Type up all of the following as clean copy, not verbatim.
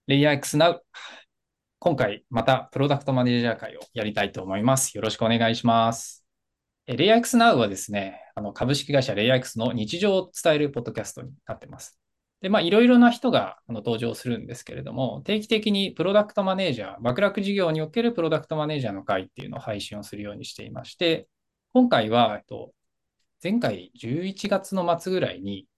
レイヤー X Now。今回またプロダクトマネージャー会をやりたいと思います。よろしくお願いします。レイヤー X Now はですね、株式会社レイヤー X の日常を伝えるポッドキャストになっています。で、いろいろな人が登場するんですけれども、定期的にプロダクトマネージャー、爆落事業におけるプロダクトマネージャーの会っていうのを配信をするようにしていまして、今回は、前回11月の末ぐらいに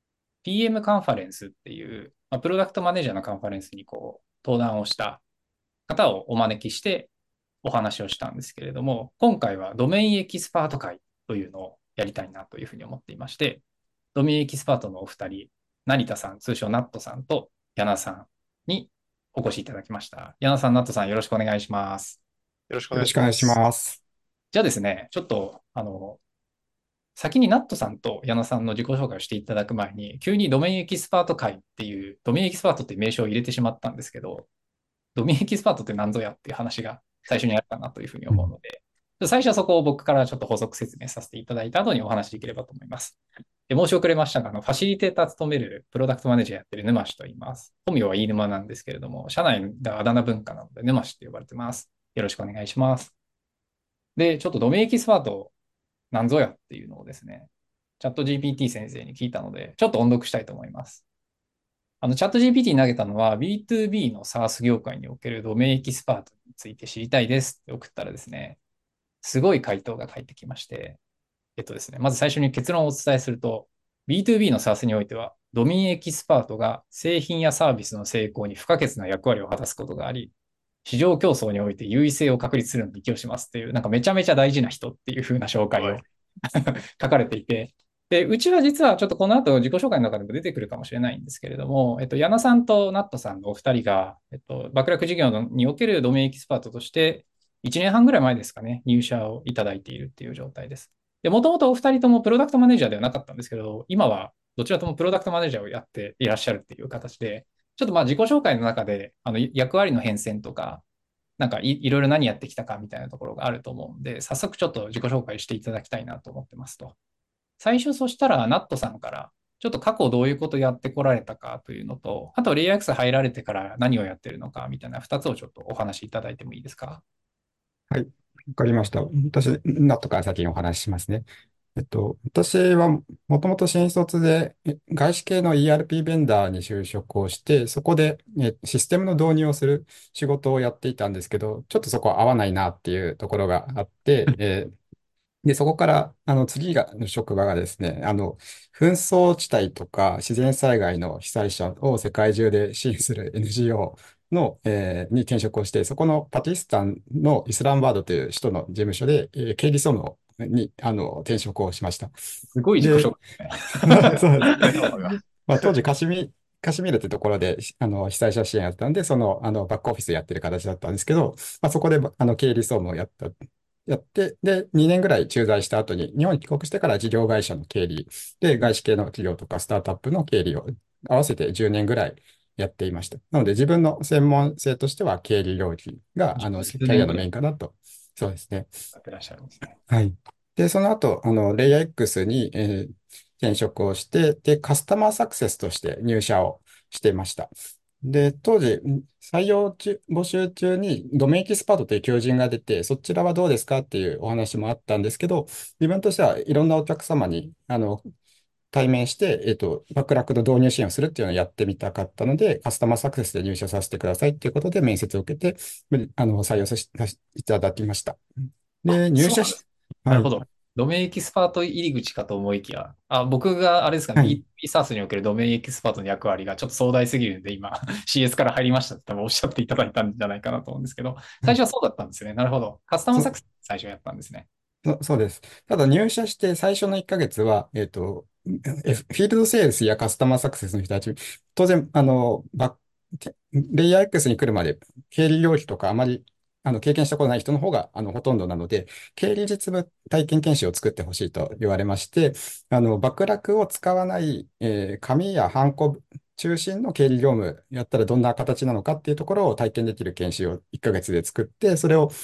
PM カンファレンスっていう、プロダクトマネージャーのカンファレンスに登壇をした方をお招きしてお話をしたんですけれども、今回はドメインエキスパート会というのをやりたいなというふうに思っていまして、ドメインエキスパートのお二人、成田さん、通称ナットさんと柳さんにお越しいただきました。柳さん、ナットさん、よろしくお願いします。 よろしくお願いよろしくお願いしします。 ます。 じゃあですね、ちょっと、先にナットさんと矢野さんの自己紹介をしていただく前に、急にドメインエキスパート会っていう、ドメインエキスパートっていう名称を入れてしまったんですけど、ドメインエキスパートって何ぞやっていう話が最初にあるかなというふうにうん。 思うので、最初はそこを僕からちょっと補足説明させていただいた後にお話しできればと思います。で申し遅れましたが、ファシリテーター務めるプロダクトマネージャーやってる沼氏と言います。本名は飯沼なんですけれども、社内があだ名文化なので沼氏って呼ばれてます。よろしくお願いします。で、ちょっとドメインエキスパートなんぞやっていうのをですね、チャット GPT 先生に聞いたので、ちょっと音読したいと思います。チャット GPT に投げたのは B2B の SaaS 業界におけるドメインエキスパートについて知りたいですって送ったらですね、すごい回答が返ってきまして、ですね、まず最初に結論をお伝えすると、B2B の SaaS においては、ドメインエキスパートが製品やサービスの成功に不可欠な役割を果たすことがあり、市場競争において優位性を確立するのに寄与しますっていう、なんかめちゃめちゃ大事な人っていう風な紹介をはい。 書かれていて、で、うちは実はちょっとこの後自己紹介の中でも出てくるかもしれないんですけれども、矢野さんとナットさんのお二人が、爆落事業におけるドメインエキスパートとして、1年半ぐらい前ですかね、入社をいただいているっていう状態です。で、もともとお二人ともプロダクトマネージャーではなかったんですけど、今はどちらともプロダクトマネージャーをやっていらっしゃるっていう形で、ちょっと自己紹介の中で、役割の変遷とか、なんかいろいろ何やってきたかみたいなところがあると思うんで、早速ちょっと自己紹介していただきたいなと思ってますと。最初そしたら、ナットさんから、ちょっと過去どういうことやってこられたかというのと、あと、レイヤー X 入られてから何をやってるのかみたいな2つをちょっとお話しいただいてもいいですか？ はい。わかりました。私、ナットから先にお話ししますね。私はもともと新卒で外資系の ERP ベンダーに就職をして、そこでシステムの導入をする仕事をやっていたんですけど、ちょっとそこは合わないなっていうところがあって、で、そこから、の職場がですね、紛争地帯とか自然災害の被災者を世界中で支援する NGO の、に転職をして、そこのパキスタンのイスラムバードという首都の事務所で、経理総務に、転職をしました。 すごい自己で、 紹介そうです。 メタファーが。 当時、カシミールというところで、被災者支援やったんで、バックオフィスやってる形だったんですけど、そこで、経理総務をやって、で、2年ぐらい駐在した後に、日本に帰国してから事業会社の経理、で、外資系の企業とかスタートアップの経理を合わせて10年ぐらいやっていました。なので、自分の専門性としては、経理領域が、キ 10 ャリアの年ぐらいメインかなと。そうですね。 やってらっしゃるんですね。 はい。で、その後、レイヤー X に、転職をして、で、カスタマーサクセスとして入社をしていました。で、当時、募集中にドメインエキスパートという求人が出て、そちらはどうですかっていうお話もあったんですけど、自分としてはいろんなお客様に、対面して、バックの導入支援をするっていうのをやってみたかったので、カスタマーサクセスで入社させてくださいっていうことで面接を受けて、採用させていただきました。 あ、 で、入社し、 そうなんです。なはい。 るほど。ドメインエキスパート入り口かと思いきや、僕があれですかね、 はい。 B2B サースにおけるドメインエキスパートの役割がちょっと壮大すぎるんで、今 CS から入りましたって多分おっしゃっていただいたんじゃないかなと思うんですけど、 はい。 最初はそうだったんですね。なるほど。カスタマーサクセス最初やったんですね。 そうです。ただ入社して最初の1ヶ月は、フィールドセールスやカスタマーサクセスの人たち、当然、レイヤー X に来るまで経理領域とかあまり経験したことない人の方がほとんどなので、経理実務体験研修を作ってほしいと言われまして、爆落を使わない、紙やハンコ中心の経理業務やったらどんな形なのかっていうところを体験できる研修を1ヶ月で作って、それを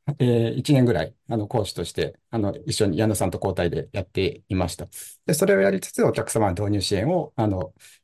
1年ぐらい、講師として、一緒に矢野さんと交代でやっていました。で、それをやりつつ、お客様の導入支援を、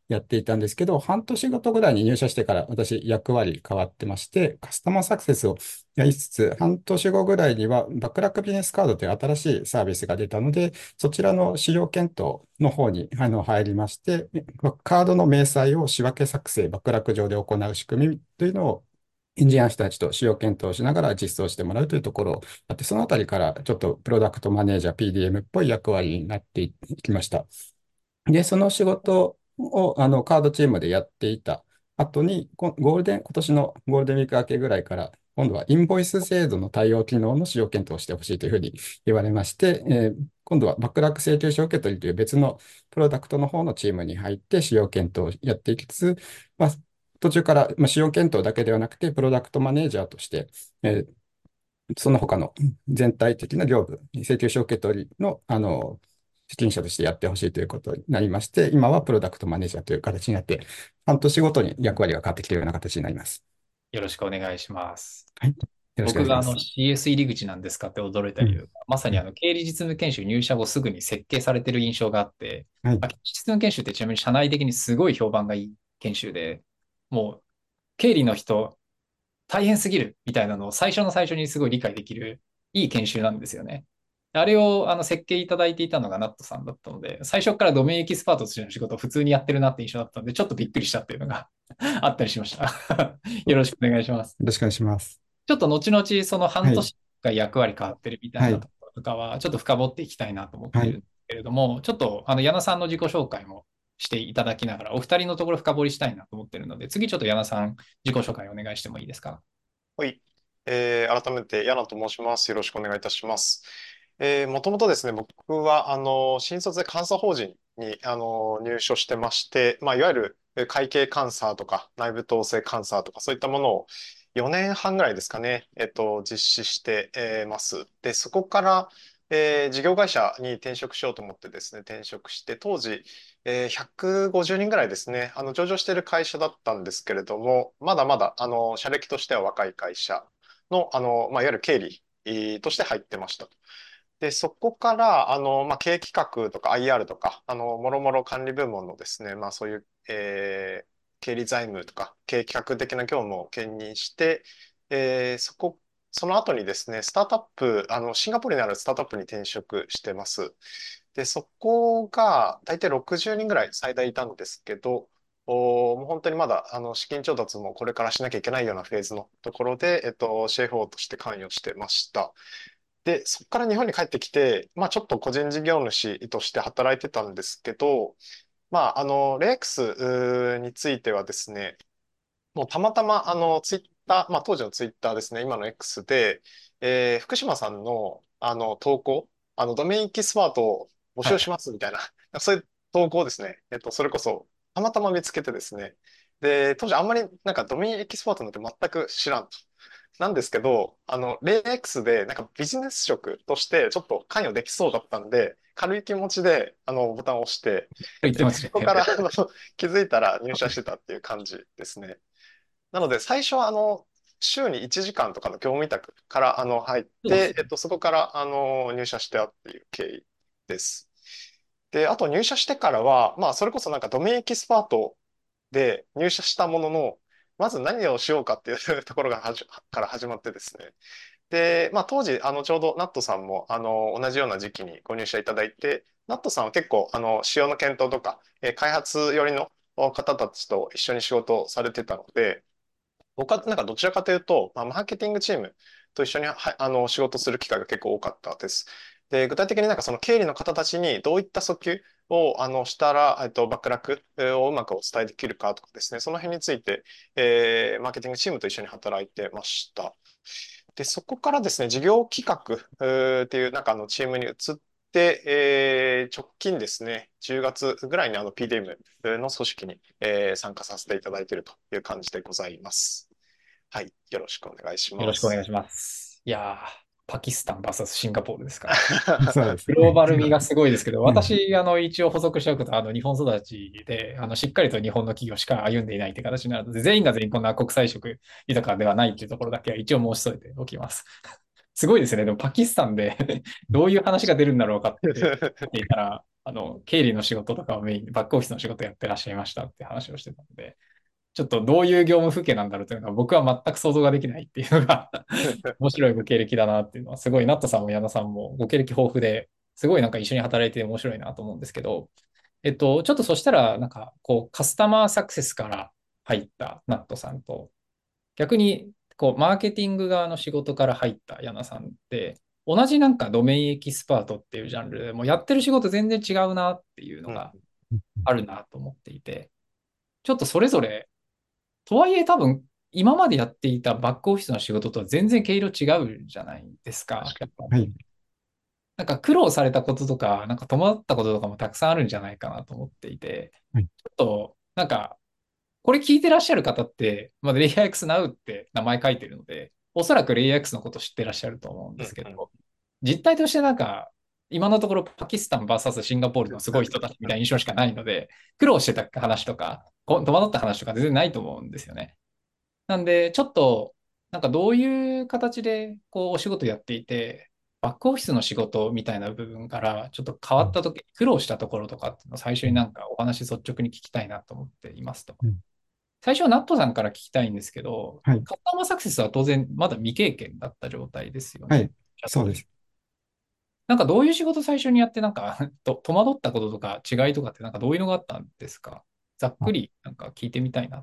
やっていたんですけど、半年ごとぐらいに入社してから私役割変わってまして、カスタマーサクセスをやりつつ、半年後ぐらいにはバックラックビジネスカードという新しいサービスが出たので、そちらの市場検討の方に入りまして、カードの明細を仕分け作成、バックラック上で行う仕組みというのをエンジニアの人たちと使用検討しながら実装してもらうというところをあって、そのあたりからちょっとプロダクトマネージャー PDM っぽい役割になっていきました。で、その仕事をカードチームでやっていた後に、今年のゴールデンウィーク明けぐらいから、今度はインボイス制度の対応機能の使用検討をしてほしいというふうに言われまして、今度はバックラック請求書受け取りという別のプロダクトの方のチームに入って使用検討をやっていきつつ、途中から、使用検討だけではなくて、プロダクトマネージャーとして、えーその他の全体的な業務、請求書受け取りの、責任者としてやってほしいということになりまして、今はプロダクトマネージャーという形になって、半年ごとに役割が変わってきているような形になります。 よろしくお願いします。 はい。よろしくお願僕がいします。 CS 入り口なんですかって驚いたうん。 理由が、まさにうん。 経理実務研修入社後すぐに設計されている印象があって、 はい。 経理実務研修ってちなみに社内的にすごい評判がいい研修で、もう経理の人大変すぎるみたいなのを最初の最初にすごい理解できるいい研修なんですよね。あれを設計いただいていたのがナットさんだったので、最初からドメインエキスパートとしての仕事を普通にやってるなって印象だったので、ちょっとびっくりしたっていうのがあったりしました。よろしくお願いします。 よろしくお願いします。 ちょっと後々その半はい。 年が役割変わってるみたいはい。 なところとかは、ちょっと深掘っていきたいなと思っはい。 てるんですけれども、ちょっと矢野さんの自己紹介もしていただきながら、お二人のところ深掘りしたいなと思ってるので、次ちょっと矢野さん自己紹介お願いしてもいいですか？ はい。改めて、ヤナと申します。よろしくお願いいたします。もともとですね、僕は、新卒で監査法人に、入所してまして、いわゆる会計監査とか、内部統制監査とか、そういったものを4年半ぐらいですかね、実施して、ます。で、そこから、事業会社に転職しようと思ってですね、転職して、当時、150人ぐらいですね、上場している会社だったんですけれども、まだまだ、社歴としては若い会社の、いわゆる経理として入ってました。で、そこから、経営企画とか IR とか、もろもろ管理部門のですね、そういう、経理財務とか、経営企画的な業務を兼任して、その後にですね、スタートアップ、シンガポールにあるスタートアップに転職してます。で、そこが大体60人ぐらい最大いたんですけど、もう本当にまだ資金調達もこれからしなきゃいけないようなフェーズのところで、CFO として関与してました。で、そこから日本に帰ってきて、ちょっと個人事業主として働いてたんですけど、レイ X についてはですね、もうたまたま、ツイッター、当時のツイッターですね、今の X で、福島さんの、投稿、ドメインエキスパートを募はいはい。 集しますみたいな、そういう投稿をですね、それこそ、たまたま見つけてですね、で、当時あんまりなんかドメインエキスパートなんて全く知らんと。なんですけど、レイ X でなんかビジネス職としてちょっと関与できそうだったんで、軽い気持ちで、ボタンを押して、で、 言ってますね。 そこから、気づいたら入社してたっていう感じですね。なので、最初は、週に1時間とかの業務委託から、入っそうですて、そこから、入社したっていう経緯です。で、あと入社してからは、それこそなんかドメインエキスパートで入社したものの、まず何をしようかっていうところから始まってですね。で、当時、ちょうどナットさんも、同じような時期にご入社いただいて、ナットさんは結構、仕様の検討とか、開発寄りの方たちと一緒に仕事をされてたので、僕はなんかどちらかというと、マーケティングチームと一緒に仕事する機会が結構多かったです。で、具体的になんかその経理の方たちにどういった訴求をしたら、バックラックをうまくお伝えできるかとかですね、その辺について、マーケティングチームと一緒に働いてました。で、そこからですね、事業企画っていうなんかチームに移って、直近ですね、10月ぐらいにPDM の組織に、参加させていただいているという感じでございます。はい、よろしくお願いしよろます。 しくお願いします。いやー、パキスタン VS シンガポールですから。 そうですグローね。 バル味がすごいですけど、 うん。 私、一応補足しておくと、日本育ちで、しっかりと日本の企業しか歩んでいないという形になるので、全員が全員こんな国際色豊かではないというところだけは一応申し添えておきます。 すごいですね。でもパキスタンでどういう話が出るんだろうかって言ったら、経理の仕事とかをメインにバックオフィスの仕事やってらっしゃいましたって話をしてたので、ちょっとどういう業務風景なんだろうというのが僕は全く想像ができないっていうのが面白いご経歴だなっていうのは、すごいナットさんも矢野さんもご経歴豊富で、すごいなんか一緒に働いて面白いなと思うんですけど、ちょっとそしたら、なんかこうカスタマーサクセスから入ったナットさんと、逆にこうマーケティング側の仕事から入った矢野さんって、同じなんかドメインエキスパートっていうジャンルでもうやってる仕事全然違うなっていうのうん。 があるなと思っていて、ちょっとそれぞれとはいえ多分、今までやっていたバックオフィスの仕事とは全然毛色違うじゃないですか。 確かに。 はい。 なんか苦労されたこととか、なんか戸惑ったこととかもたくさんあるんじゃないかなと思っていて、 はい。 ちょっと、なんか、これ聞いてらっしゃる方って、まあ、レイヤー X Now って名前書いてるので、おそらくレイヤー X のこと知ってらっしゃると思うんでうんうん。 すけど、実態としてなんか、今のところパキスタン VS シンガポールのすごい人たちみたいな印象しかないので、苦労してた話とか、戸惑った話とか全然ないと思うんですよね。なんで、ちょっと、なんかどういう形でこうお仕事やっていて、バックオフィスの仕事みたいな部分からちょっと変わったとき、苦労したところとかっていうのを最初になんかお話率直に聞きたいなと思っていますと。 うん。 最初はナットさんから聞きたいんですけど、 はい。 カスタマーサクセスは当然まだ未経験だった状態ですよね。 はい。 当時。 そうです。 なんかどういう仕事最初にやってなんか戸惑ったこととか違いとかってなんかどういうのがあったんですか？ざっくあ、 りなんか聞いてみたいなって。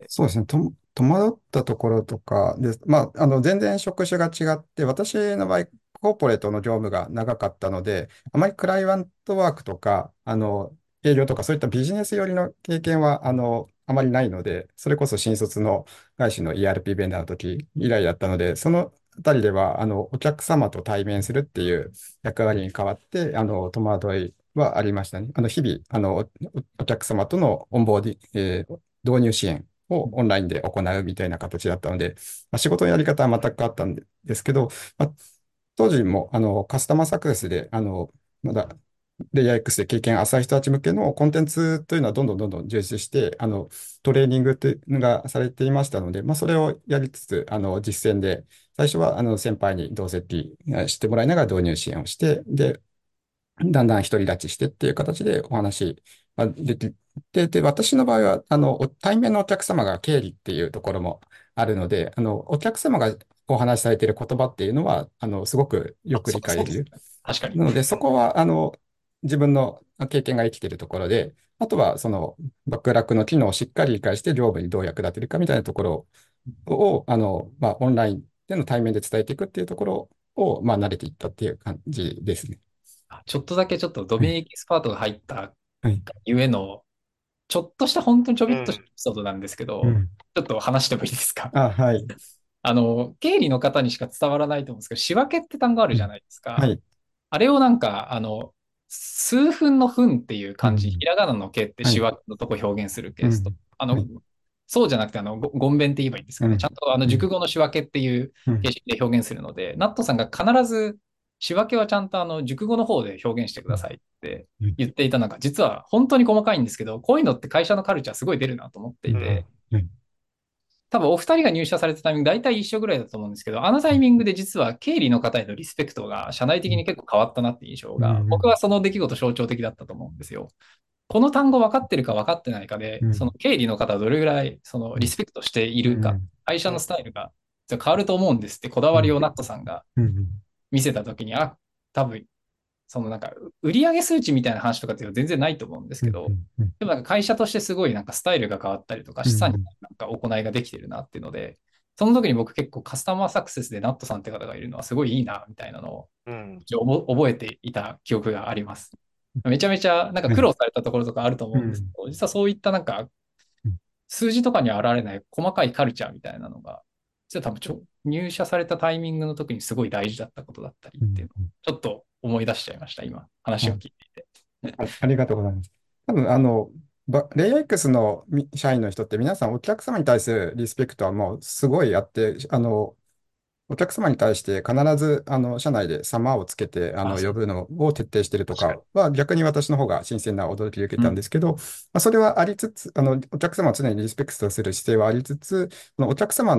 そうですね。戸惑ったところとかです。まあ、全然職種が違って、私の場合、コーポレートの業務が長かったので、あまりクライアントワークとか、営業とか、そういったビジネス寄りの経験は、あまりないので、それこそ新卒の外資の ERP ベンダーの時以来だったので、そのあたりでは、お客様と対面するっていう役割に変わって、戸惑いはありましたね。日々、お客様とのオンボーディ、導入支援をオンラインで行うみたいな形だったので、まあ、仕事のやり方は全くあったんですけど、まあ、当時もカスタマーサクセスでまだレイヤー X で経験浅い人たち向けのコンテンツというのはどんどん充実して、トレーニングというのがされていましたので、まあ、それをやりつつ、実践で、最初は先輩に同席してもらいながら導入支援をして、で、だんだん独り立ちしてっていう形でお話ができて、で、私の場合は、対面のお客様が経理っていうところもあるので、お客様がお話しされている言葉っていうのは、すごくよあ、 く理解できる。 そうですね。確かに。 なので、そこは、自分の経験が生きているところで、あとは、バックラックの機能をしっかり理解して、業務にどう役立てるかみたいなところを、まあ、オンラインでの対面で伝えていくっていうところを、まあ、慣れていったっていう感じですね。 ちょっとだけちょっとドはい。 メインエキスパートが入ったはい。 ゆえの、ちょっとした本当にちょびっとしたエうん。 ピソードなんですけど、 うん。 ちょっと話してもいいですか？ あ、はい。 経理の方にしか伝わらないと思うんですけど、仕分けって単語あるうん。 じゃないですか。 はい。 あれをなんか、数分の分っていう漢字、ひうん。 らがなのけってはい。 仕分けのとこ表現するケースと、 うん。はい。 そうじゃなくて、ごんべんって言えばいいんですかね。ちゃんうん。 とうん。 熟語の仕分けっていううん。 形式で表現するので、ナットさんが必ず仕分けはちゃんと熟語の方で表現してくださいってうん。 言っていたのが、実は本当に細かいんですけど、こういうのって会社のカルチャーすごい出るなと思っていうん。 て、 うん。 多分お二人が入社されたタイミング大体一緒ぐらいだと思うんですけど、あのタイミングで実は経理の方へのリスペクトが社内的に結構変わったなって印象うん。 が、 うん。 僕はその出来事象徴的だったと思うんですよ。この単語分かってるか分かってないかで、その経理の方はどれぐらいそのリスペクトしているか、会社のスタイルが変わると思うんですってこだわりをナットさんがうん。 見せたときに、あ、多分そのなんか、売上数値みたいな話とかっていうのは全然ないと思うんですうん。 けど、でもなんか会社としてすごいなんかスタイルが変わったりとか、資産になんか行いができてるなっていうので、その時に僕結構カスタマーサクセスでナットさんって方がいるのはすごいいいな、みたいなのをうん。 覚えていた記憶があります。めちゃめちゃなんかはい。 苦労されたところとかあるとうん。 思うんですけど、実はそういったなんか数字とかには現れない細かいカルチャーみたいなのが、実は多分入社されたタイミングの時にすごい大事だったことだったりうん。 っていうのをちょっと思い出しちゃいました、今、話を聞いていて。 ありがとうございます。多分、レイヤー X の社員の人って皆さんお客様に対するリスペクトはもうすごいあって、お客様に対して必ず、社内で様をつけて、 あ、そう、 呼ぶのを徹底していると確かに。 かは、逆に私の方が新鮮な驚きを受けうん。 たんですけど、まあ、それはありつつ、お客様を常にリスペクトする姿勢はありつつ、そのお客様の、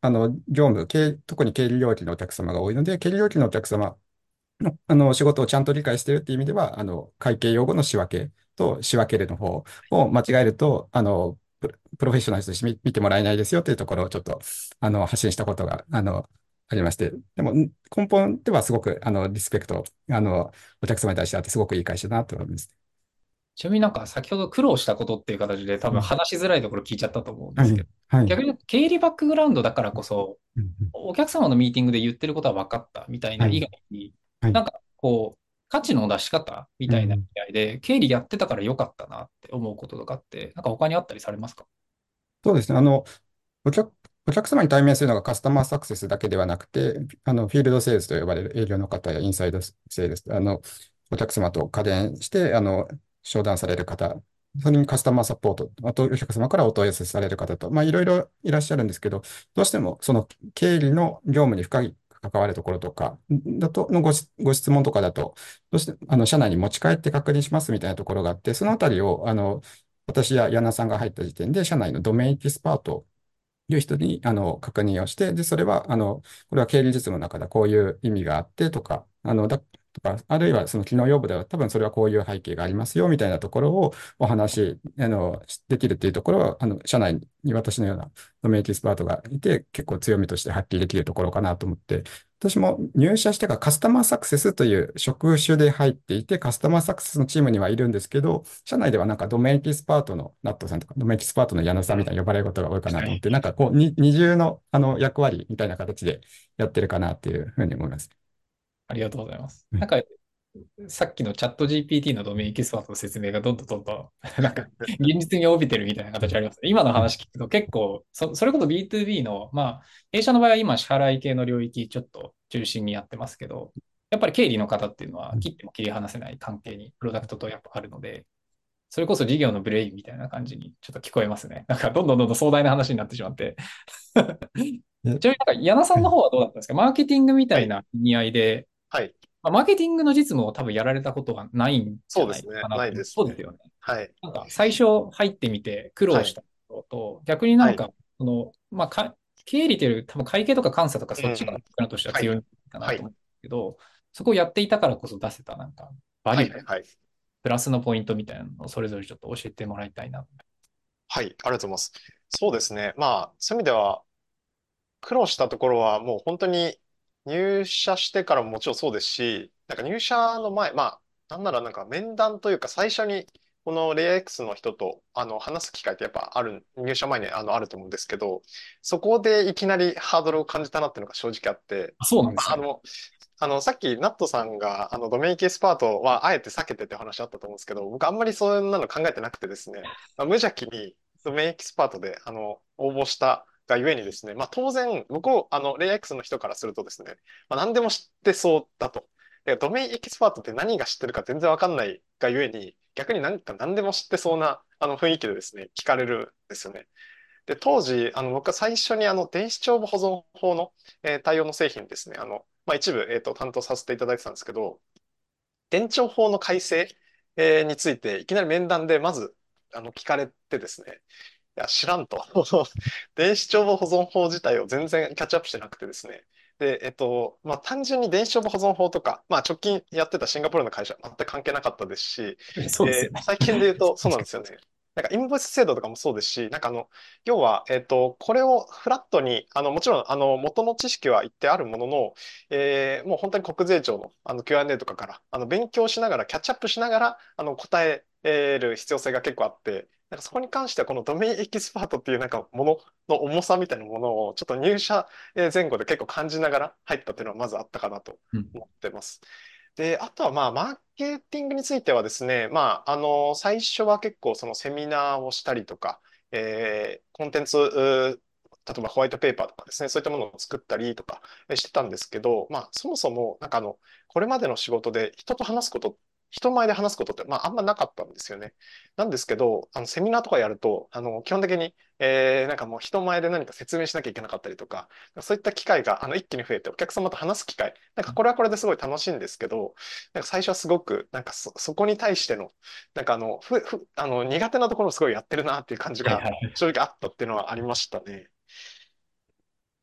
業務、特に経理領域のお客様が多いので、経理領域のお客様の、仕事をちゃんと理解しているっていう意味では、会計用語の仕分けと仕分けるの方を間違えると、プロフェッショナルとして見てもらえないですよというところをちょっと、発信したことが、ありまして、でも、根本ではすごく、リスペクト、お客様に対してあって、すごくいい会社だなと思います。 ちなみになんか先ほど苦労したことっていう形で多分うん。 話しづらいところ聞いちゃったと思うんではい。 すけど、 はい。 逆に経理バックグラウンドだからこそ、 うん。 お客様のミーティングで言ってることは分かったみたいな以はい。 外に、 はい。 なんかこう、価値の出し方みたいな意うん。 味合いで、経理やってたから良かったなって思うこととかって、なんか他にあったりされますか？ そうですね。お客、お客様に対面するのがカスタマーサクセスだけではなくて、フィールドセールスと呼ばれる営業の方やインサイドセールス、お客様と家電して、商談される方、それにカスタマーサポート、あとお客様からお問い合わせされる方と、まあ、いろいろいらっしゃるんですけど、どうしてもその経理の業務に深い関わるところとか、ご質問とかだと、どうして、社内に持ち帰って確認しますみたいなところがあって、そのあたりを、私や柳さんが入った時点で、社内のドメインエキスパートいう人に確認をして、で、それはこれは経理実務の中でこういう意味があってとか、とか、あるいはその機能用語では多分それはこういう背景がありますよみたいなところをお話できるっていうところは、社内に私のようなドメインエキスパートがいて、結構強みとして発揮できるところかなと思って、私も入社してからカスタマーサクセスという職種で入っていて、カスタマーサクセスのチームにはいるんですけど、社内ではなんかドメインエキスパートのナットさんとか、ドメインエキスパートの矢野さんみたいに呼ばれることが多いかなと思って、なんかこう、二重の役割みたいな形でやってるかなっていうふうに思います。 ありがとうございます。 はい。 なんか、さっきのチャット GPT のドメインエキスパートの説明がどんどんなんか、現実味を帯びてるみたいな形ありますね。今のはい。 話聞くと結構、それこそ B2B の、まあ、弊社の場合は今支払い系の領域ちょっと中心にやってますけど、やっぱり経理の方っていうのは切っても切り離せない関係にプロダクトとやっぱあるので、それこそ事業のブレインみたいな感じにちょっと聞こえますね。なんかどんどん壮大な話になってしまって。 で、 ちなみになんか矢野さはい。 んの方はどうだったんですか？マーケティングみたはい。 いな意味合いで、 はい。 まあ、マーケティングの実務を多分やられたことはないんじゃないそうですね。ないかなと。 ですね。 そうですよね。 はい。 なんか最初入ってみて苦はい。 労したことと、逆になはい。 んか、経理というより多分会計とか監査とかそっちがうん。 僕らとしてははい。 強いかなはい。 と思うんですけど、そこをやっていたからこそ出せたなんかバはい。 リュー、 はい。 プラスのポイントみたいなのをそれぞれちょっと教えてもらいたいな。 はい。ありがとうございます。そうですね。まあ、そういう意味では、苦労したところはもう本当に入社してからももちろんそうですし、なんか入社の前、まあ、なんならなんか面談というか最初にこのレイヤー X の人と話す機会ってやっぱある、入社前にあると思うんですけど、そこでいきなりハードルを感じたなっていうのが正直あって、 あ、そうなんですね。 まあさっきナットさんがドメインエキスパートはあえて避けてって話あったと思うんですけど、僕あんまりそんなの考えてなくてですね、まあ無邪気にドメインエキスパートで応募したがゆえにですね、まあ当然、向こう、レイヤー X の人からするとですね、まあ何でも知ってそうだと。でドメインエキスパートって何が知ってるか全然わかんないがゆえに、逆になんか何でも知ってそうな雰囲気でですね、聞かれるんですよね。で、当時、僕は最初に電子帳簿保存法の、対応の製品ですね、まあ、一部、担当させていただいてたんですけど、伝承法の改正、について、いきなり面談でまず、聞かれてですね、いや、知らんと。電子帳簿保存法自体を全然キャッチアップしてなくてですね。で、まあ、単純に電子帳簿保存法とか、まあ、直近やってたシンガポールの会社は全く関係なかったですし、 そうですよね。 最近で言うとそうなん確かですよね。なんかインボイス制度とかもそうですし、なんか要は、これをフラットに、もちろん、元の知識は言ってあるものの、もう本当に国税庁の、Q&A とかから、勉強しながら、キャッチアップしながら、答える必要性が結構あって、なんかそこに関してはこのドメインエキスパートっていうなんかものの重さみたいなものをちょっと入社前後で結構感じながら入ったっていうのはまずあったかなとうん。 思ってます。で、あとはまあマーケティングについてはですね、まあ最初は結構そのセミナーをしたりとか、コンテンツ、例えばホワイトペーパーとかですね、そういったものを作ったりとかしてたんですけど、まあそもそもなんかこれまでの仕事で人前で話すことって、まあ、あんまなかったんですよね。なんですけど、セミナーとかやると、基本的に、なんかもう人前で何か説明しなきゃいけなかったりとか、そういった機会が、一気に増えて、お客様と話す機会、なんかこれはこれですごい楽しいんですけど、なんか最初はすごく、なんかそこに対しての、なんか苦手なところをすごいやってるなっていう感じがはいはい。 正直あったっていうのはありましたね。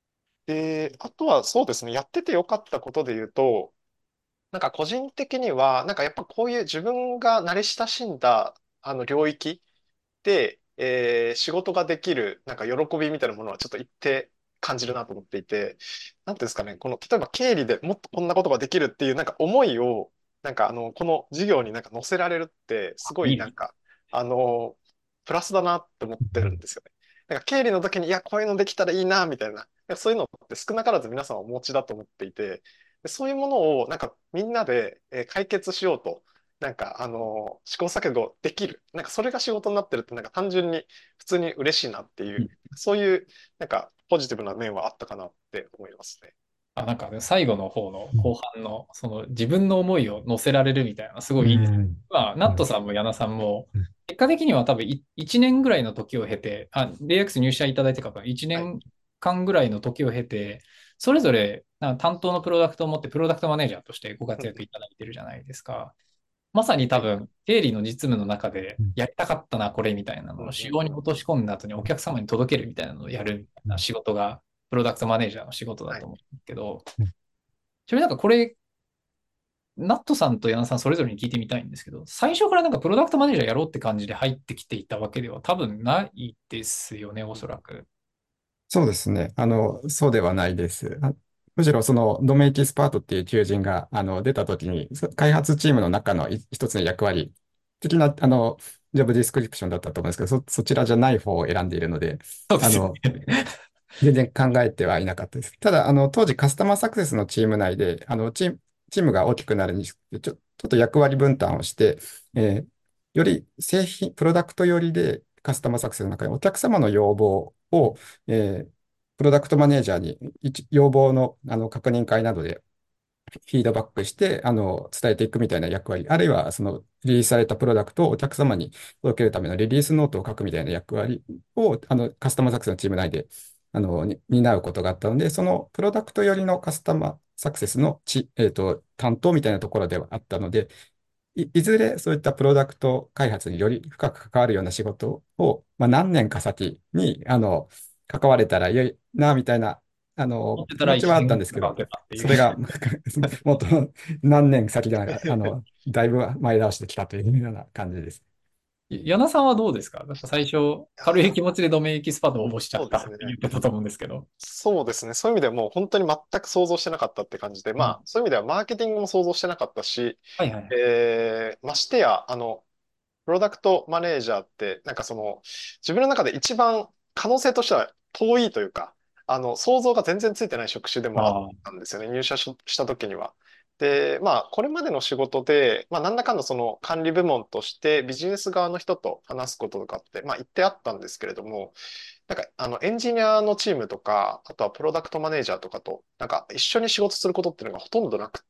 で、あとはそうですね、やっててよかったことで言うと、なんか個人的には、なんかやっぱこういう自分が慣れ親しんだ領域で、仕事ができる、なんか喜びみたいなものはちょっと一定感じるなと思っていて、なんていうんですかね、この、例えば経理でもっとこんなことができるっていうなんか思いを、なんかこの事業になんか乗せられるって、すごいいです。 いなんか、あの、プラスだなって思ってるんですよね。なんか経理の時に、いや、こういうのできたらいいな、みたいな、そういうのって少なからず皆さんお持ちだと思っていて、でそういうものをなんかみんなで解決しようとなんか、試行錯誤できる。なんか、それが仕事になってるって、なんか単純に普通に嬉しいなっていう、そういう、なんか、ポジティブな面はあったかなって思いますね。 なんかね最後の方のうん。 後半の、その自分の思いを乗せられるみたいな、すごういいいです。 ん。 まあ、ナットうん。 さんも矢野さんも、 うん。 結果的には多分1年ぐらいの時を経て、レイアックス入社いただいてから1 はい。 年間ぐらいの時を経て、それぞれなんか担当のプロダクトを持ってプロダクトマネージャーとしてごうんうん。 活躍いただいてるじゃないですか。まさにはい。 多分、経理の実務の中でうん。 やりたかったな、これみたいなうんうんのを仕様に落とし込んだ後にお客様に届けるみたいなのをやるみたいな仕事が、プロダクトマネージャーの仕事だはい。 と思うんですけど、 うん。 ちなみになんかこれ、ナットさんと矢野さんそれぞれに聞いてみたいんですけど、最初からなんかプロダクトマネージャーやろうって感じで入ってきていたわけでは多分ないですよね、おそらく。 そうですね。そうではないです。むしろそのドメインエキスパートっていう求人が出たときに、開発チームの中の一つの役割的なジョブディスクリプションだったと思うんですけど、そちらじゃない方を選んでいるので、 そうですよあの、 ね。 全然考えてはいなかったです。ただ、当時カスタマーサクセスのチーム内で、チームが大きくなるにつれて、ちょっと役割分担をして、より製品、プロダクト寄りでカスタマーサクセスの中にお客様の要望を、プロダクトマネージャーに要望の、確認会などでフィードバックして、伝えていくみたいな役割、あるいは、その、リリースされたプロダクトをお客様に届けるためのリリースノートを書くみたいな役割を、カスタマーサクセスのチーム内で、担うことがあったので、そのプロダクト寄りのカスタマーサクセスの担当みたいなところではあったので、いずれそういったプロダクト開発により深く関わるような仕事を、まあ、何年か先に、関われたら良いな、みたいな、 思ってたら1 気持ちはあったん年かかっですけど、 てたっていう。 それがもっと何年先じゃないか、だいぶ前倒してきたというような感じです。 矢野さんはどうですか？なんか最初、 あ軽い気ー持ちでドメインエキスパートを応募しちゃったってそうですね。 言ってたと思うんですけど。 そうですね。そういう意味ではもう本当に全く想像してなかったって感じで、まうん。 あ、そういう意味ではマーケティングも想像してなかったし、 はいはいはい。 ましてや、プロダクトマネージャーって、なんかその、自分の中で一番可能性としては遠いというか、想像が全然ついてない職種でもあっああ、 たんですよね、入社した時には。で、まあ、これまでの仕事で、まあ、なんだかんだその管理部門としてビジネス側の人と話すこととかって、まあ、言ってあったんですけれども、なんか、エンジニアのチームとか、あとはプロダクトマネージャーとかと、なんか一緒に仕事することっていうのがほとんどなくって、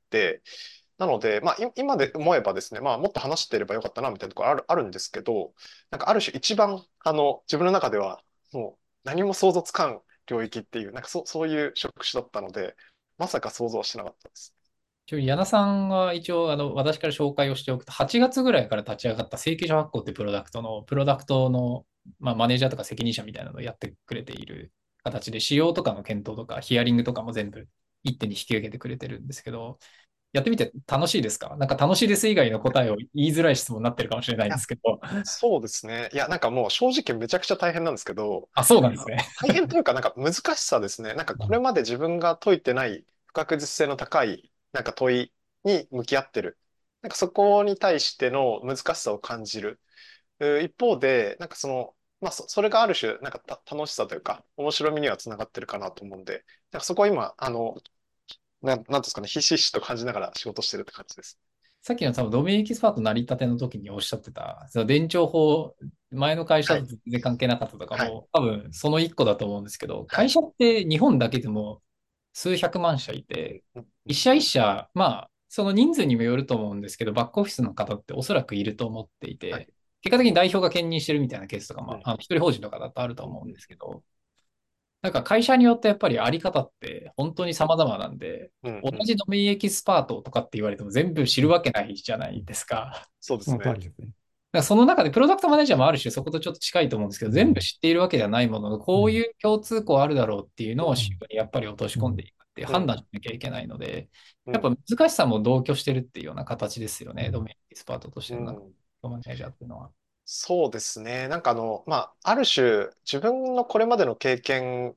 なので、まあ、今で思えばですね、まあ、もっと話していればよかったな、みたいなところあるんですけど、なんかある種一番、自分の中では、もう何も想像つかん領域っていう、なんかそういう職種だったので、まさか想像はしなかったです。 矢野さんは一応、私から紹介をしておくと、8月ぐらいから立ち上がった請求書発行ってプロダクトの、プロダクトの、まあ、マネージャーとか責任者みたいなのをやってくれている形で、仕様とかの検討とか、ヒアリングとかも全部一手に引き受けてくれてるんですけど、やってみて楽しいですか？なんか楽しいです以外の答えを言いづらい質問になってるかもしれないいや、 んですけど。 そうですね。いや、なんかもう正直めちゃくちゃ大変なんですけど、 あ、そうなんですね。 大変というか、なんか難しさですね。なんかこれまで自分が解いてない不確実性の高いなんか問いに向き合ってる。なんかそこに対しての難しさを感じる。一方で、なんかその、まあそれがある種、なんか楽しさというか、面白みにはつながってるかなと思うんで、なんかそこは今、なんていうんですかね、ひしひしと感じながら仕事してるって感じです。 さっきの多分ドメインエキスパート成り立ての時におっしゃってた、その伝承法、前の会はい。 社と全然関係なかったとかはい。 も、多分その一個だと思うんですけど、 はい。 会社って日本だけでも数百万社いて、 うんうん一社一社、まあ、その人数にもよると思うんですけど、バックオフィスの方っておそらくいると思っていはい。 て、結果的に代表が兼任してるみたいなケースとかも、 うん一人法人とかだとあるとうん思うんですけど、なんか会社によってやっぱりあり方って本当に様々なんで、同うんうん。 じドメインエキスパートとかって言われても全部知るわけないじゃないですか。 そうでその通すね。 りですね。 らその中でプロダクトマネージャーもある種そことちょっと近いと思うんですけど、全部知っているわけではないものの、こういう共通項あるだろうっていうのを仕様にやっぱり落とし込んでいくっていううん、 判断しなきゃいけないので、やっぱうん、 難しさも同居してるっていうような形ですよね、ドメインエキスパートとしての中うん。 でマネージャーっていうのは。 そうですね。まあ、ある種、自分のこれまでの経験って、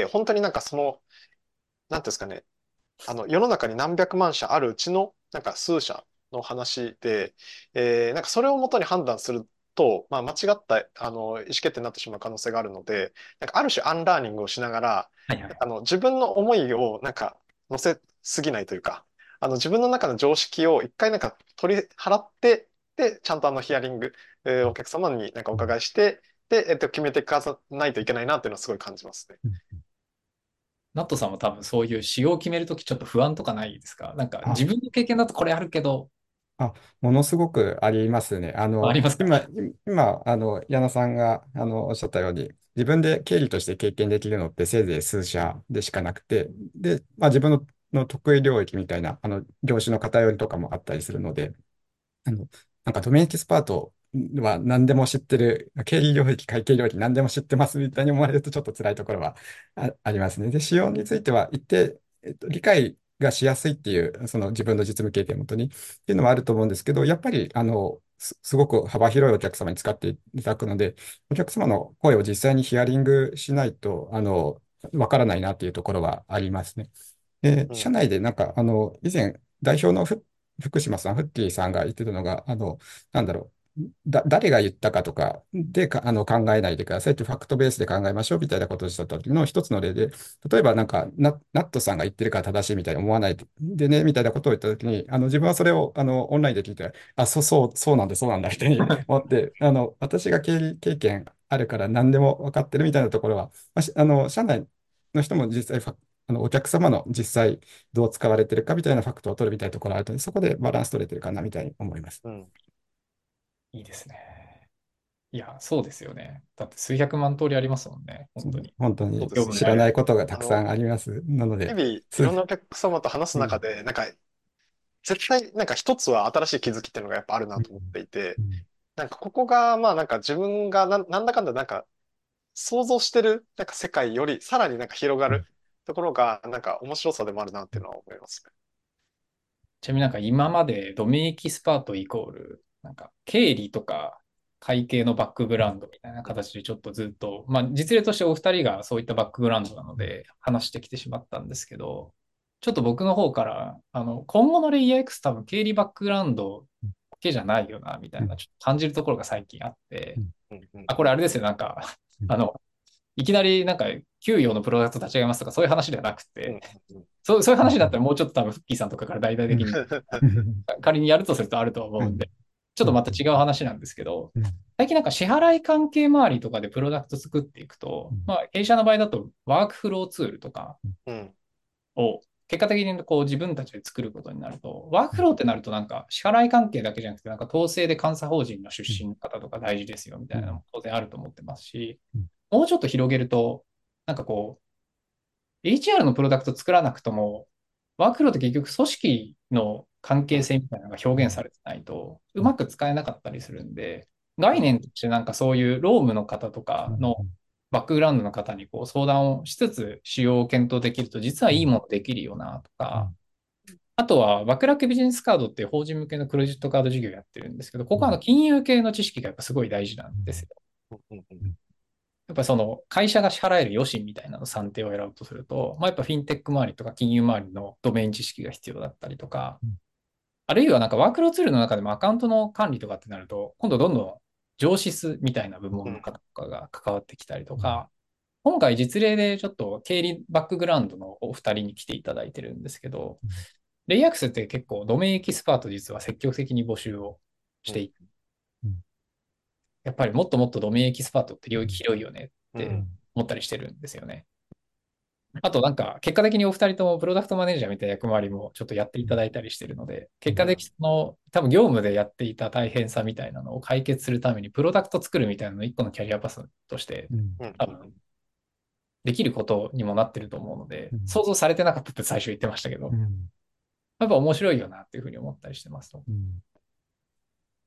本当になんていうんですかね、世の中に何百万社あるうちの、数社の話で、それをもとに判断すると、まあ、間違った、意思決定になってしまう可能性があるので、ある種アンラーニングをしながら、 はいはい。 自分の思いを、乗せすぎないというか、自分の中の常識を一回取り払って、で、ちゃんとヒアリング、お客様にお伺いして、で、決めていかないといけないなっていうのはすごい感じますね。 ナットさんも多分そういう仕様を決めるときちょっと不安とかないですか？なんか自あ、 分の経験だとこれあるけど、 あ、ものすごくありますね。 ありますか？ 今、矢野さんが、おっしゃったように、自分で経理として経験できるのってせいぜい数社でしかなくて、で、まあ、自分の得意領域みたいな、業種の偏りとかもあったりするので、あの、なんかドメインエキスパートは何でも知ってる、経理領域、会計領域何でも知ってますみたいに思われるとちょっと辛いところはありますね。で、仕様については一定、理解がしやすいっていう、その自分の実務経験をもとにっていうのはあると思うんですけど、やっぱり、すごく幅広いお客様に使っていただくので、お客様の声を実際にヒアリングしないと、わからないなっていうところはありますね。で、 うん。 社内で以前、代表の福島さん、フッキーさんが言ってたのが、なんだろ誰が言ったかとかで考えないでくださいと、ファクトベースで考えましょうみたいなことをした時の一つの例で、例えばナットさんが言ってるから正しいみたいに思わないでね、みたいなことを言った時に、自分はそれをオンラインで聞いて、あ、そうなんだ、そうなんだ、みたいに思って、私が経理経験あるから何でも分かってるみたいなところは、まあ、社内の人も実際お客様の実際どう使われてるかみたいなファクトを取るみたいなところがあるので、そこでバランス取れてるかなみたいに思います。 うん。 いいですね。いや、そうですよね。だって数百万通りありますもんね。本当に。 本当にそうですよね。 知らないことがたくさんあの、 あります。なので、 日々いす、 ろんなお客様と話すうん、 中で、絶対一つは新しい気づきっていうのがやっぱあるなうん、 と思っていて、 うん、 ここがまあ自分がなんだかんだ想像してる世界よりさらに広がうん、 るところが面白さでもあるなっていうのは思いますね。 ちなみになんか今までドメインエキスパートイコール、なんか経理とか会計のバックグうん、 ラウンドみたいな形でちょっとずっと、まあ実例としてお二人がそういったバックグラウンドなので話してきてしまったんですけど、ちょっと僕の方から、今後のレイヤー X 多分経理バックグラウンドだけじゃないよな、みたうん、 いな、ちょっと感じるところが最近あって、 うん、 うんうんあ、これあれですよ、なんか、 うん、 あの、いきなりなんか、給与のプロダクト立ち上げますとか、そういう話ではなくうんて、 うん。 そういううん、 話だったらもうちょっと多分、フッキーさんとかから大々 うん、 的にうん、 仮にやるとするとあるとは思うんで、ちょっとまた違う話なんですけど、最近なんか支払い関係周りとかでプロダクト作っていくと、まあ、弊社の場合だとワークフローツールとかうん。 を結果的にこう自分たちで作ることになると、ワークフローってなるとなんか支払い関係だけじゃなくて、なんか統制で監査法人の出身の方とか大事ですよみたいなのも当然あると思ってますし、もうちょっと広げると、なんかこう、HR のプロダクト作らなくとも、ワークフローって結局組織の関係性みたいなのが表現されてないと、うまく使えなかったりするんで、概念としてなんかそういう労務の方とかのバックグラウンドの方にこう相談をしつつ使用を検討できると実はいいものできるよなとか、あとはバックラックビジネスカードっていう法人向けのクレジットカード事業やってるんですけど、ここは金融系の知識がやっぱすごい大事なんですよ。 うんうん。 やっぱりその会社が支払える余震みたいなの算定を選ぶとすると、まあ、やっぱフィンテック周りとか金融周りのドメイン知識が必要だったりとか、あるいはなんかワークローツールの中でもアカウントの管理とかってなると、今度どんどん上司数みたいな部門の方とかが関わってきたりとか、今回実例でちょっと経理バックグラウンドのお二人に来ていただいてるんですけど、レイアクスって結構ドメインエキスパート実は積極的に募集をしていて、やっぱりもっともっとドメインエキスパートって領域広いよねってうん。 思ったりしてるんですよね。あとなんか、結果的にお二人ともプロダクトマネージャーみたいな役回りもちょっとやっていただいたりしてるので、結果的にその、多分業務でやっていた大変さみたいなのを解決するために、プロダクト作るみたいなのを一個のキャリアパスとしてうん。 多分できることにもなってると思うので、想像されてなかったって最初言ってましたけど、やっぱ面白いよなっていうふうに思ったりしてますと。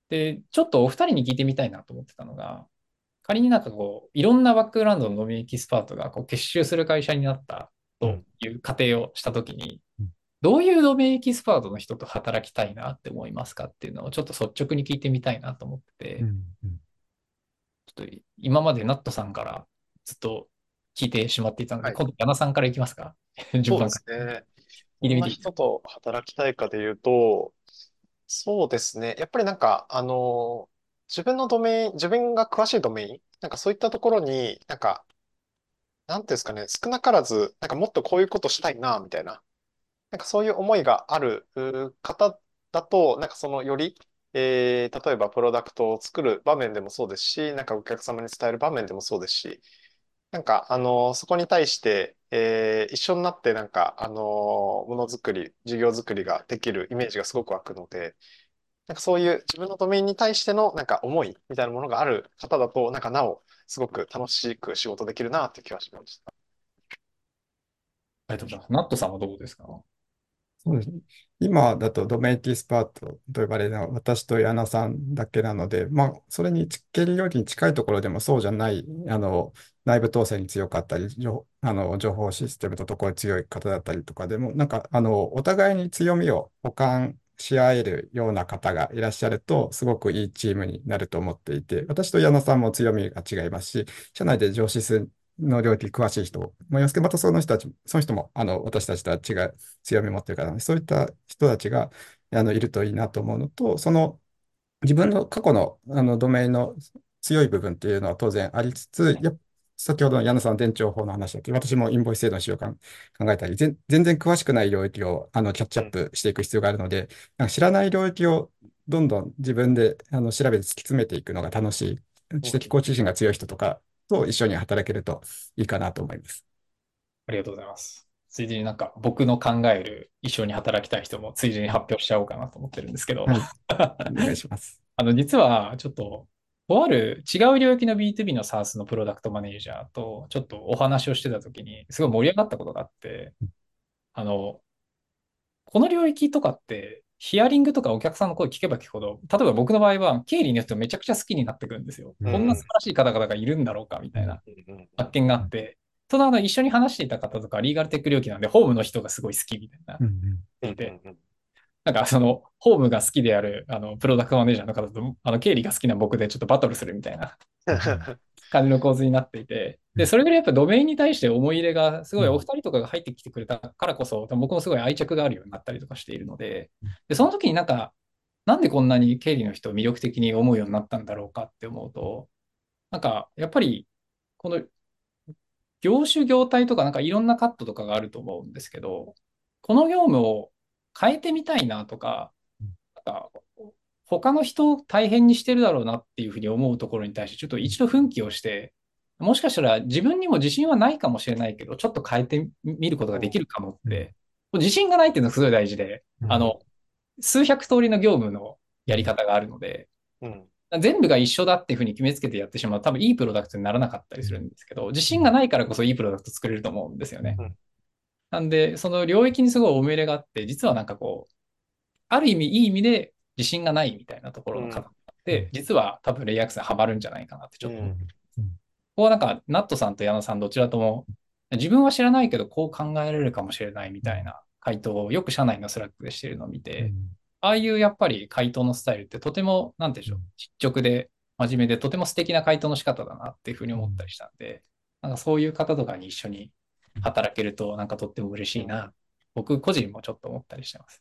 で、ちょっとお二人に聞いてみたいなと思ってたのが、仮になんかこう、いろんなバックグラウンドのドメインエキスパートがこう結集する会社になったとうん。 いう仮定をしたときに、 うんどういうドメインエキスパートの人と働きたいなって思いますかっていうのをちょっと率直に聞いてみたいなと思ってて、 うんうんちょっと今までナットさんからずっと聞いてしまっていたので、 はい。 今度、矢野さんからいきますか？順そうで番からすね。 聞いどんなてみていいですか？ 人と働きたいかで言うと、そうですね。やっぱりなんか、自分のドメイン、自分が詳しいドメイン、なんかそういったところに、なんか、なんていうんですかね、少なからず、なんかもっとこういうことしたいな、みたいな、なんかそういう思いがある方だと、なんかそのより、例えばプロダクトを作る場面でもそうですし、なんかお客様に伝える場面でもそうですし、なんか、そこに対して、一緒になって、なんか、ものづくり、事業づくりができるイメージがすごく湧くので、なんかそういう自分のドメインに対しての、なんか思いみたいなものがある方だと、なんかなお、すごく楽しく仕事できるなっていう気がしました。 ありがとうございます。ナットさんはどうですか？ そうですね。今だとドメインエキスパートと呼ばれるのは私と矢野さんだけなので、まあ、それに経理領域に近いところでもそうじゃない、内部統制に強かったり、情報システムとところに強い方だったりとかでも、なんか、お互いに強みを補完し合えるような方がいらっしゃると、すごくいいチームになると思っていて、私と矢野さんも強みが違いますし、社内で上司の領域詳しい人もいますけど、またその人たち、その人も私たちとは違う強みを持ってるからね、そういった人たちがいるといいなと思うのと、その自分の過去の、ドメインの強い部分っていうのは当然ありつつ、先ほどの矢野さんの伝承法の話だって、私もインボイス制度の使用考えたり、全然詳しくない領域をキャッチアッうん。 プしていく必要があるので、なんか知らない領域をどんどん自分で調べて突き詰めていくのが楽しい、知的うん。 好奇心が強い人とかと一緒に働けるといいかなと思います。 ありがとうございます。ついでになんか僕の考える一緒に働きたい人もついでに発表しちゃおうかなと思ってるんですけど、 はい、お願いします。 実はちょっと、とある違う領域の B2B の SaaS のプロダクトマネージャーとちょっとお話をしてたときに、すごい盛り上がったことがあって、あの、この領域とかって、ヒアリングとかお客さんの声聞けば聞くほど、例えば僕の場合は経理の人めちゃくちゃ好きになってくるんですよ。 うんこんな素うん晴らしい方々がいるんだろうかみうんたいなうん発見があって、ただ一緒に話していた方とか、リーガルテック領域なんで、ホームの人がすごい好きみたいな、 うんうん聞いて、 うん。 なんかホームが好きである、プロダクトマネージャーの方と、経理が好きな僕でちょっとバトルするみたいなうん感じの構図になっていて、で、 うんそれぐらいやっぱドメインに対して思い入れが、すごいおうん二人とかが入ってきてくれたからこそ、僕もすごい愛着があるようになったりとかしているので、で、その時になんか、なんでこんなに経理の人を魅力的に思うようになったんだろうかって思うと、なんか、やっぱり、この業種業態とかなんかいろんなカットとかがあると思うんですけど、この業務を変えてみたいなとか、なんか他の人を大変にしてるだろうなっていうふうに思うところに対してちょっと一度奮起をして、もしかしたら自分にも自信はないかもしれないけど、ちょっと変えてみることができるかもっうんて、自信がないっていうのがすごい大事で、 うん数百通りの業務のやり方があるので、 うん。 全部が一緒だっていうふうに決めつけてやってしまうと多分いいプロダクトにならなかったりするんですけど、自信がないからこそいいプロダクト作れると思うんですよね。なんで、その領域にすごい思い入れがあって、実はなんかこう、ある意味いい意味で自信がないみたいなところの方があって、実は多分レイヤークスにハマるんじゃないかなってちょっと。ここはなんか、ナットさんと矢野さんどちらとも、自分は知らないけどこう考えられるかもしれないみたいな回答をよく社内のスラックでしているのを見て、ああいうやっぱり回答のスタイルってとても、なんていうんでしょう、実直で真面目でとても素敵な回答の仕方だなっていうふうに思ったりしたんで、なんかそういう方とかに一緒に働けるとなんかとっても嬉しいな。僕個人もちょっと思ったりしてます。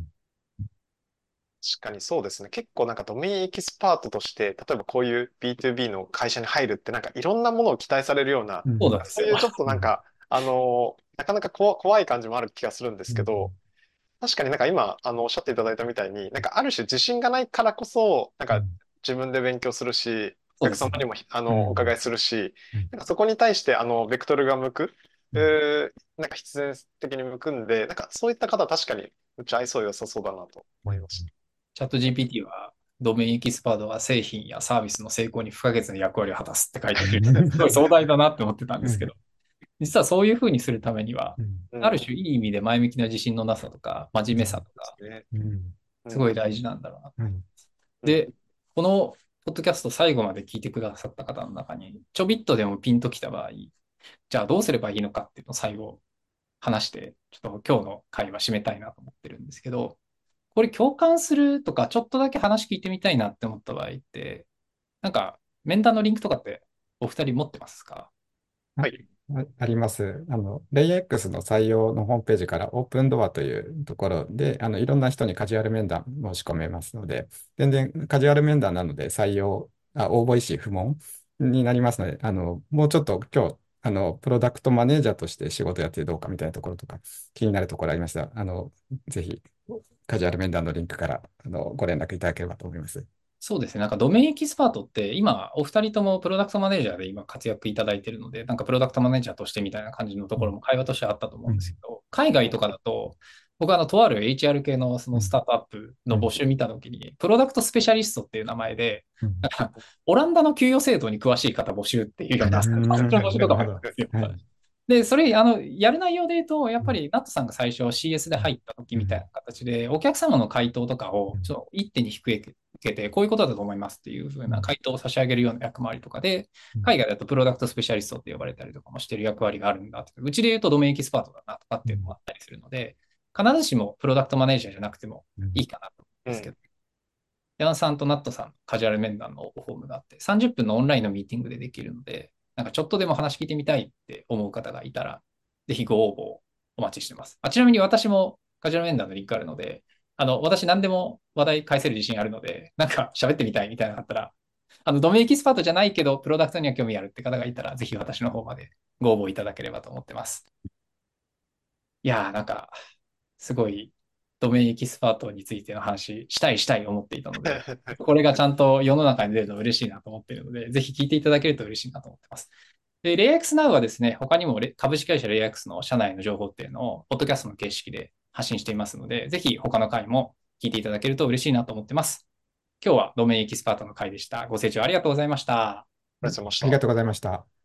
確かにそうですね。結構なんかドメインエキスパートとして、例えばこういう B2B の会社に入るってなんかいろんなものを期待されるような、 そうなんですよ。 そういうちょっとなんか、なかなか怖い感じもある気がするんですけど、確かになんか今、おっしゃっていただいたみたいに、なんかある種自信がないからこそ、なんか自分で勉強するし、おそうですね。 客様にもお伺いするし、なんかそこに対してベクトルが向く、なんか必然的に向くんで、なんかそういった方は確かにうち愛想良さそうだなと思いました。 チャット GPT は、ドメインエキスパートは製品やサービスの成功に不可欠な役割を果たすって書いてある。すごい壮大だなって思ってたんですけど、実はそういうふうにするためには、 うん。 ある種いい意味で前向きな自信のなさとか、真面目さとか、 ですね。 すごい大事なんだろうな。 うん。 で、 このポッドキャスト最後まで聞いてくださった方の中に、ちょびっとでもピンときた場合、じゃあどうすればいいのかっていうのを最後話して、ちょっと今日の会話締めたいなと思ってるんですけど、これ共感するとか、ちょっとだけ話聞いてみたいなって思った場合って、なんか面談のリンクとかってお二人持ってますか？ あ、 はい。 あります。レイ X の採用のホームページからオープンドアというところで、いろんな人にカジュアル面談申し込めますので、全然カジュアル面談なので応募意思不問になりますので、もうちょっと今日、プロダクトマネージャーとして仕事やってどうかみたいなところとか、気になるところありましたら、ぜひ、カジュアル面談のリンクから、ご連絡いただければと思います。 そうですね。なんかドメインエキスパートって今お二人ともプロダクトマネージャーで今活躍いただいているので、なんかプロダクトマネージャーとしてみたいな感じのとうん。 ころも会話としてはあったと思うん。 うんですけど、海外とかだと僕はとある HR 系のそうん。 のスタートアップうん。 の募集見たときに、プロダクトスペシャリストっていう名前で、 うん。 なんかオランダの給与制度に詳しい方募集っていうような、そういう募集とかもあるんなるほど。 ですよ。 はい。 で、それ、やる内容で言うと、やっうん。 ぱり、ナットさんが最初 CS でうん。 入った時みたいなうん。 形で、お客様の回答とかを、 うん。 ちょっと一手に引く受けて、こういうことだと思いますっていう風うん。 な回答を差し上げるような役割とかで、海外だとプロダクトスペシャリストって呼ばれたりとかもしてる役割があるんだって、うちで言うとドメインエキスパートだなとかっていうのもあったりするので、必ずしもプロダクトマネージャーじゃなくてもうん。 いいかなと思うんですけど、 うん。 ヤンさんとナットさんのカジュアル面談のフォームがあって、30分のオンラインのミーティングでできるので、なんかちょっとでも話聞いてみたいって思う方がいたら、ぜひご応募をお待ちしてます。ちなみに私もカジュアル面談のリンクあるので、私何でも話題返せる自信あるので、なんか喋ってみたいみたいなのがあったら、ドメインエキスパートじゃないけど、プロダクトには興味あるって方がいたら、ぜひ私の方までご応募いただければと思ってます。いやー、なんか、すごい、ドメインエキスパートについての話、したい思っていたので、これがちゃんと世の中に出るの嬉しいなと思っているので、ぜひ聞いていただけると嬉しいなと思ってます。で、レイアックス Now はですね、他にも株式会社レイアックスの社内の情報っていうのを、ポッドキャストの形式で発信していますので、ぜひ他の回も聞いていただけると嬉しいなと思ってます。今日はドメインエキスパートの回でした。ご清聴ありがとうございました。 ありがとうございました。 ありがとうございました。